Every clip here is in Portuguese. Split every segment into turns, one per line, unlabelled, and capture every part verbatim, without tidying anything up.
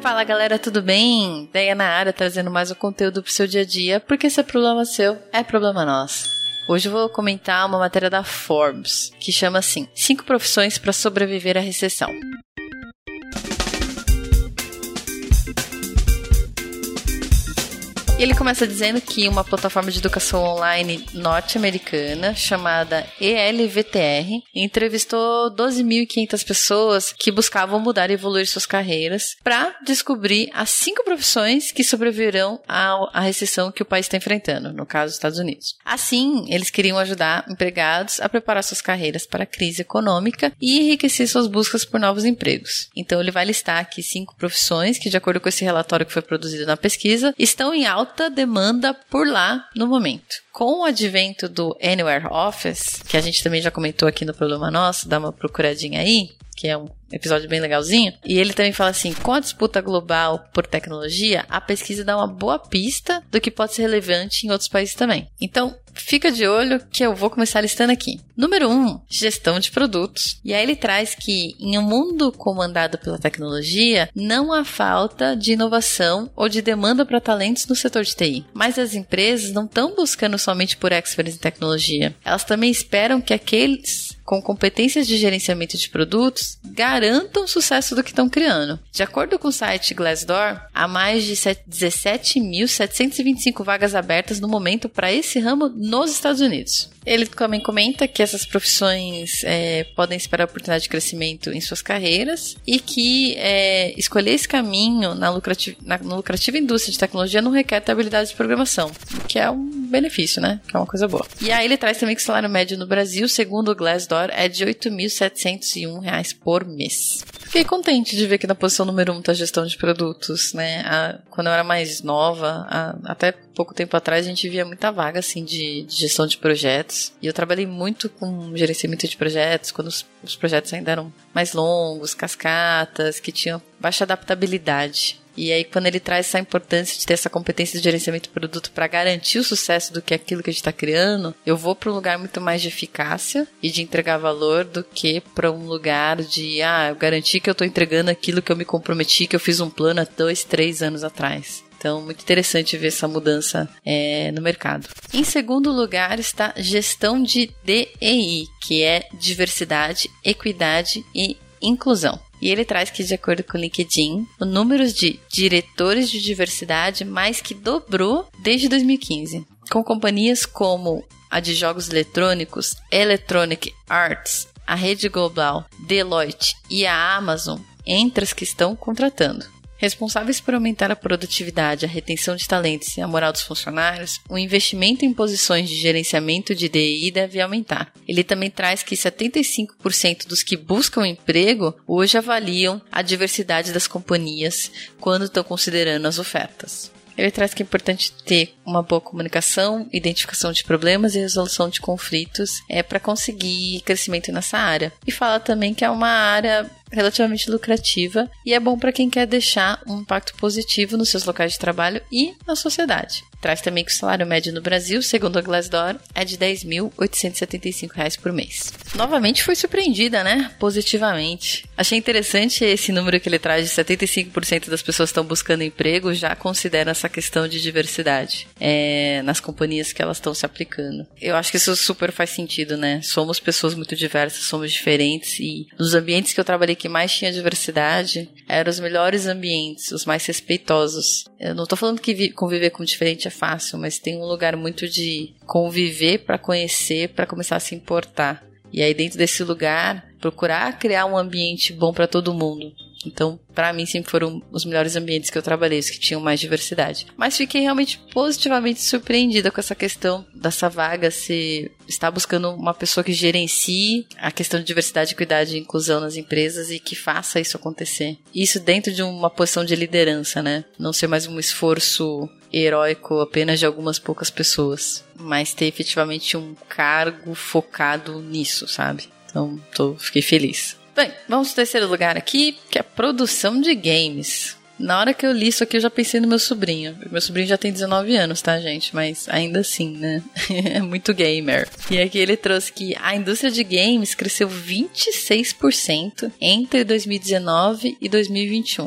Fala galera, tudo bem? Deia na área trazendo mais um conteúdo pro seu dia a dia, porque se é problema seu, é problema nosso. Hoje eu vou comentar uma matéria da Forbes, que chama assim, cinco profissões para sobreviver à recessão. E ele começa dizendo que uma plataforma de educação online norte-americana chamada E L V T R entrevistou doze mil e quinhentas pessoas que buscavam mudar e evoluir suas carreiras para descobrir as cinco profissões que sobreviverão à, à recessão que o país está enfrentando, no caso dos Estados Unidos. Assim, eles queriam ajudar empregados a preparar suas carreiras para a crise econômica e enriquecer suas buscas por novos empregos. Então ele vai listar aqui cinco profissões que, de acordo com esse relatório que foi produzido na pesquisa, estão em alta alta demanda por lá no momento. Com o advento do Anywhere Office, que a gente também já comentou aqui no Problema Nosso, dá uma procuradinha aí, que é um episódio bem legalzinho, e ele também fala assim, com a disputa global por tecnologia, a pesquisa dá uma boa pista do que pode ser relevante em outros países também. Então, fica de olho que eu vou começar listando aqui. Número um, gestão de produtos. E aí ele traz que em um mundo comandado pela tecnologia, não há falta de inovação ou de demanda para talentos no setor de T I. Mas as empresas não estão buscando somente por experts em tecnologia. Elas também esperam que aqueles com competências de gerenciamento de produtos garantam o sucesso do que estão criando. De acordo com o site Glassdoor, há mais de dezessete mil setecentas e vinte e cinco vagas abertas no momento para esse ramo nos Estados Unidos. Ele também comenta que essas profissões é, podem esperar oportunidade de crescimento em suas carreiras e que é, escolher esse caminho na lucrativa, na, na lucrativa indústria de tecnologia não requer ter habilidade de programação, que é um benefício, né? Que é uma coisa boa. E aí ele traz também que o salário médio no Brasil, segundo o Glassdoor, é de oito mil setecentos e um reais por mês. Fiquei contente de ver que na posição número um está a gestão de produtos, né? A, quando eu era mais nova, a, até pouco tempo atrás, a gente via muita vaga assim, de, de gestão de projetos. E eu trabalhei muito com gerenciamento de projetos, quando os, os projetos ainda eram mais longos, cascatas, que tinham baixa adaptabilidade. E aí, quando ele traz essa importância de ter essa competência de gerenciamento de produto para garantir o sucesso do que é aquilo que a gente está criando, eu vou para um lugar muito mais de eficácia e de entregar valor do que para um lugar de, ah, eu garanti que eu estou entregando aquilo que eu me comprometi, que eu fiz um plano há dois, três anos atrás. Então, muito interessante ver essa mudança é, no mercado. Em segundo lugar está gestão de D E I, que é diversidade, equidade e inclusão. E ele traz que, de acordo com o LinkedIn, o número de diretores de diversidade mais que dobrou desde dois mil e quinze, com companhias como a de jogos eletrônicos, Electronic Arts, a Rede Global, Deloitte e a Amazon, entre as que estão contratando. Responsáveis por aumentar a produtividade, a retenção de talentos e a moral dos funcionários, o investimento em posições de gerenciamento de D E I deve aumentar. Ele também traz que setenta e cinco por cento dos que buscam emprego hoje avaliam a diversidade das companhias quando estão considerando as ofertas. Ele traz que é importante ter uma boa comunicação, identificação de problemas e resolução de conflitos é, para conseguir crescimento nessa área. E fala também que é uma área relativamente lucrativa e é bom para quem quer deixar um impacto positivo nos seus locais de trabalho e na sociedade. Traz também que o salário médio no Brasil, segundo a Glassdoor, é de dez mil oitocentos e setenta e cinco reais por mês. Novamente foi surpreendida, né? Positivamente. Achei interessante esse número que ele traz de setenta e cinco por cento das pessoas que estão buscando emprego já consideram essa questão de diversidade é, nas companhias que elas estão se aplicando. Eu acho que isso super faz sentido, né? Somos pessoas muito diversas, somos diferentes e nos ambientes que eu trabalhei que mais tinha diversidade eram os melhores ambientes, os mais respeitosos. Eu não tô falando que conviver com diferente é fácil, mas tem um lugar muito de conviver para conhecer, para começar a se importar. E aí dentro desse lugar, procurar criar um ambiente bom para todo mundo. Então, para mim, sempre foram os melhores ambientes que eu trabalhei, os que tinham mais diversidade. Mas fiquei realmente positivamente surpreendida com essa questão dessa vaga, se está buscando uma pessoa que gerencie a questão de diversidade, equidade e inclusão nas empresas e que faça isso acontecer. Isso dentro de uma posição de liderança, né? Não ser mais um esforço heróico apenas de algumas poucas pessoas, mas ter efetivamente um cargo focado nisso, sabe? Então, tô, fiquei feliz. Bem, vamos pro terceiro lugar aqui, que é a produção de games. Na hora que eu li isso aqui, eu já pensei no meu sobrinho. Meu sobrinho já tem dezenove anos, tá, gente? Mas ainda assim, né? É muito gamer. E aqui ele trouxe que a indústria de games cresceu vinte e seis por cento entre dois mil e dezenove e dois mil e vinte e um.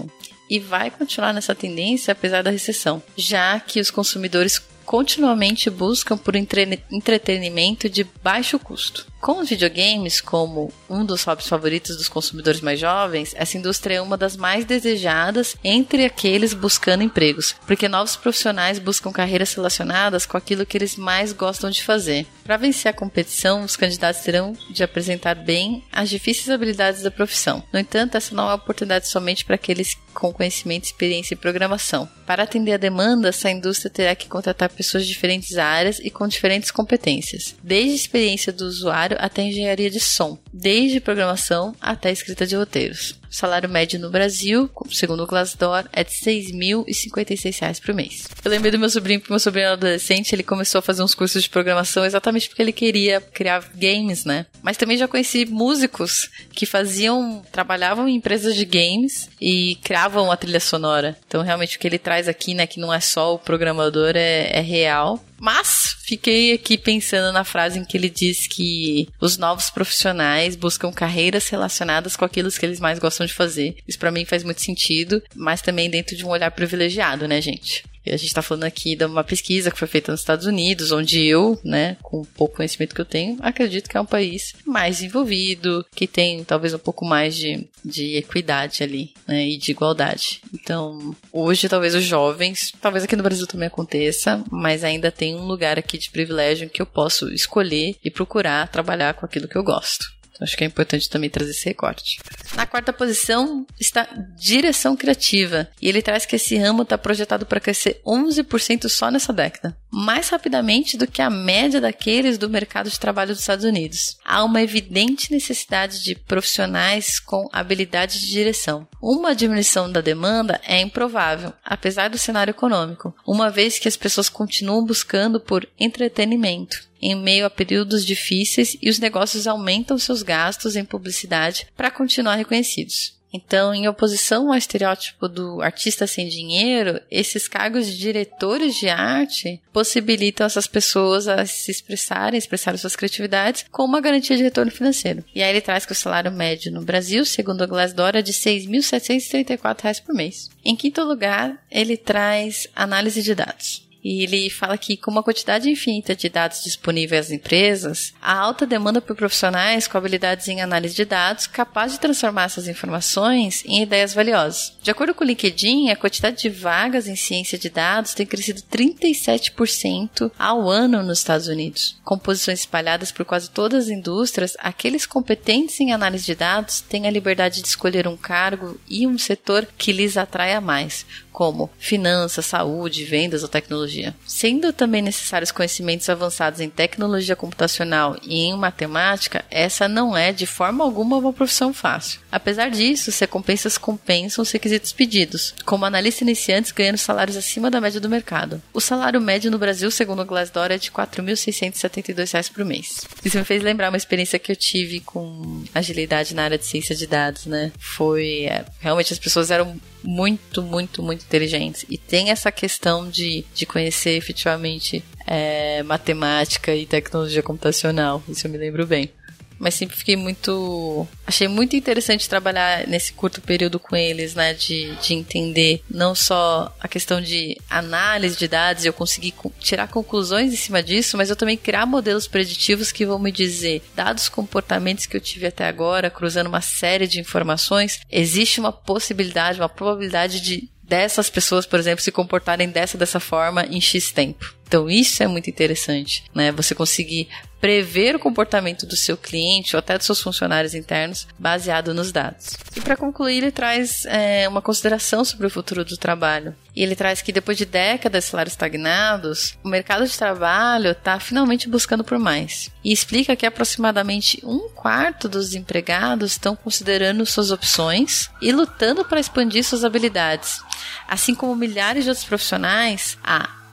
e vai continuar nessa tendência apesar da recessão, já que os consumidores continuamente buscam por entre- entretenimento de baixo custo. Com os videogames como um dos hobbies favoritos dos consumidores mais jovens, essa indústria é uma das mais desejadas entre aqueles buscando empregos, porque novos profissionais buscam carreiras relacionadas com aquilo que eles mais gostam de fazer. Para vencer a competição, os candidatos terão de apresentar bem as difíceis habilidades da profissão. No entanto, essa não é uma oportunidade somente para aqueles com conhecimento e experiência em programação. Para atender a demanda, essa indústria terá que contratar pessoas de diferentes áreas e com diferentes competências, desde a experiência do usuário até engenharia de som, desde programação até escrita de roteiros. O salário médio no Brasil, segundo o Glassdoor, é de seis mil e cinquenta e seis reais por mês. Eu lembrei do meu sobrinho, porque meu sobrinho era adolescente, ele começou a fazer uns cursos de programação exatamente porque ele queria criar games, né? Mas também já conheci músicos que faziam, trabalhavam em empresas de games e criavam a trilha sonora. Então, realmente, o que ele traz aqui, né, que não é só o programador, é, é real. Mas fiquei aqui pensando na frase em que ele diz que os novos profissionais buscam carreiras relacionadas com aquilo que eles mais gostam de fazer. Isso pra mim faz muito sentido, mas também dentro de um olhar privilegiado, né, gente? A gente está falando aqui de uma pesquisa que foi feita nos Estados Unidos, onde eu, né, com o pouco conhecimento que eu tenho, acredito que é um país mais desenvolvido, que tem talvez um pouco mais de, de equidade ali, né, e de igualdade. Então, hoje talvez os jovens, talvez aqui no Brasil também aconteça, mas ainda tem um lugar aqui de privilégio em que eu posso escolher e procurar trabalhar com aquilo que eu gosto. Acho que é importante também trazer esse recorte. Na quarta posição está direção criativa. E ele traz que esse ramo está projetado para crescer onze por cento só nessa década. Mais rapidamente do que a média daqueles do mercado de trabalho dos Estados Unidos. Há uma evidente necessidade de profissionais com habilidade de direção. Uma diminuição da demanda é improvável, apesar do cenário econômico, uma vez que as pessoas continuam buscando por entretenimento em meio a períodos difíceis e os negócios aumentam seus gastos em publicidade para continuar reconhecidos. Então, em oposição ao estereótipo do artista sem dinheiro, esses cargos de diretores de arte possibilitam essas pessoas a se expressarem, expressarem suas criatividades com uma garantia de retorno financeiro. E aí ele traz que o salário médio no Brasil, segundo a Glassdoor, é de seis mil setecentos e trinta e quatro reais por mês. Em quinto lugar, ele traz análise de dados. E ele fala que com uma quantidade infinita de dados disponíveis às empresas, há alta demanda por profissionais com habilidades em análise de dados capazes de transformar essas informações em ideias valiosas. De acordo com o LinkedIn, a quantidade de vagas em ciência de dados tem crescido trinta e sete por cento ao ano nos Estados Unidos. Com posições espalhadas por quase todas as indústrias, aqueles competentes em análise de dados têm a liberdade de escolher um cargo e um setor que lhes atraia mais, como finanças, saúde, vendas ou tecnologia. Sendo também necessários conhecimentos avançados em tecnologia computacional e em matemática, essa não é de forma alguma uma profissão fácil. Apesar disso, as recompensas compensam os requisitos pedidos, como analista iniciantes ganhando salários acima da média do mercado. O salário médio no Brasil, segundo o Glassdoor, é de quatro mil seiscentos e setenta e dois reais por mês. Isso me fez lembrar uma experiência que eu tive com agilidade na área de ciência de dados, né? Foi, é, realmente as pessoas eram muito, muito, muito inteligentes. E tem essa questão de, de conhecer efetivamente é, matemática e tecnologia computacional. Isso eu me lembro bem. Mas sempre fiquei muito... Achei muito interessante trabalhar nesse curto período com eles, né? De, de entender não só a questão de análise de dados, eu consegui tirar conclusões em cima disso, mas eu também criar modelos preditivos que vão me dizer, dados os comportamentos que eu tive até agora, cruzando uma série de informações, existe uma possibilidade, uma probabilidade de dessas pessoas, por exemplo, se comportarem dessa, dessa forma em X tempo. Então isso é muito interessante, né? Você conseguir prever o comportamento do seu cliente ou até dos seus funcionários internos baseado nos dados. E para concluir, ele traz é, uma consideração sobre o futuro do trabalho. E ele traz que depois de décadas de salários estagnados, o mercado de trabalho está finalmente buscando por mais. E explica que aproximadamente um quarto dos empregados estão considerando suas opções e lutando para expandir suas habilidades. Assim como milhares de outros profissionais, há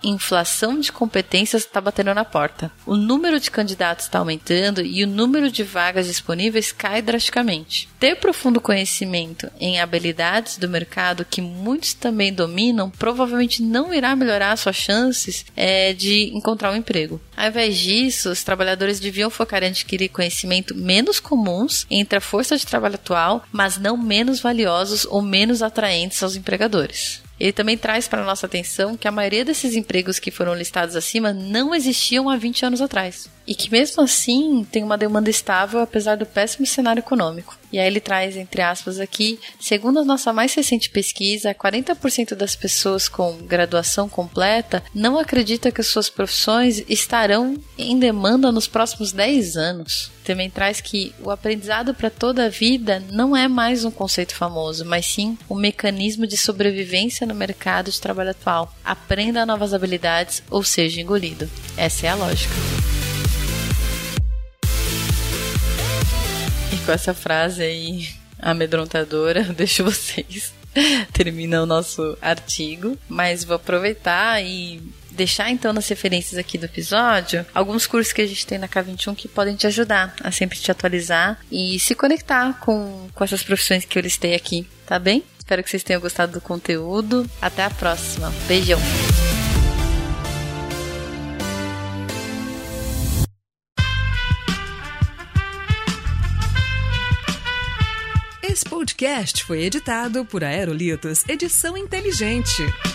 inflação de competências está batendo na porta. O número de candidatos está aumentando e o número de vagas disponíveis cai drasticamente. Ter profundo conhecimento em habilidades do mercado que muitos também dominam provavelmente não irá melhorar suas chances é, de encontrar um emprego. Ao invés disso, os trabalhadores deviam focar em adquirir conhecimento menos comuns entre a força de trabalho atual, mas não menos valiosos ou menos atraentes aos empregadores. Ele também traz para a nossa atenção que a maioria desses empregos que foram listados acima não existiam há vinte anos atrás. E que mesmo assim tem uma demanda estável apesar do péssimo cenário econômico. E aí ele traz, entre aspas, aqui, segundo a nossa mais recente pesquisa, quarenta por cento das pessoas com graduação completa não acredita que suas profissões estarão em demanda nos próximos dez anos. Também traz que o aprendizado para toda a vida não é mais um conceito famoso, mas sim um mecanismo de sobrevivência no mercado de trabalho atual. Aprenda novas habilidades ou seja engolido. Essa é a lógica. E com essa frase aí amedrontadora, deixo vocês terminar o nosso artigo, mas vou aproveitar e deixar então nas referências aqui do episódio alguns cursos que a gente tem na K vinte e um que podem te ajudar a sempre te atualizar e se conectar com, com essas profissões que eu listei aqui, tá bem? Espero que vocês tenham gostado do conteúdo. Até a próxima. Beijão!
Esse podcast foi editado por Aerolitos Edição Inteligente.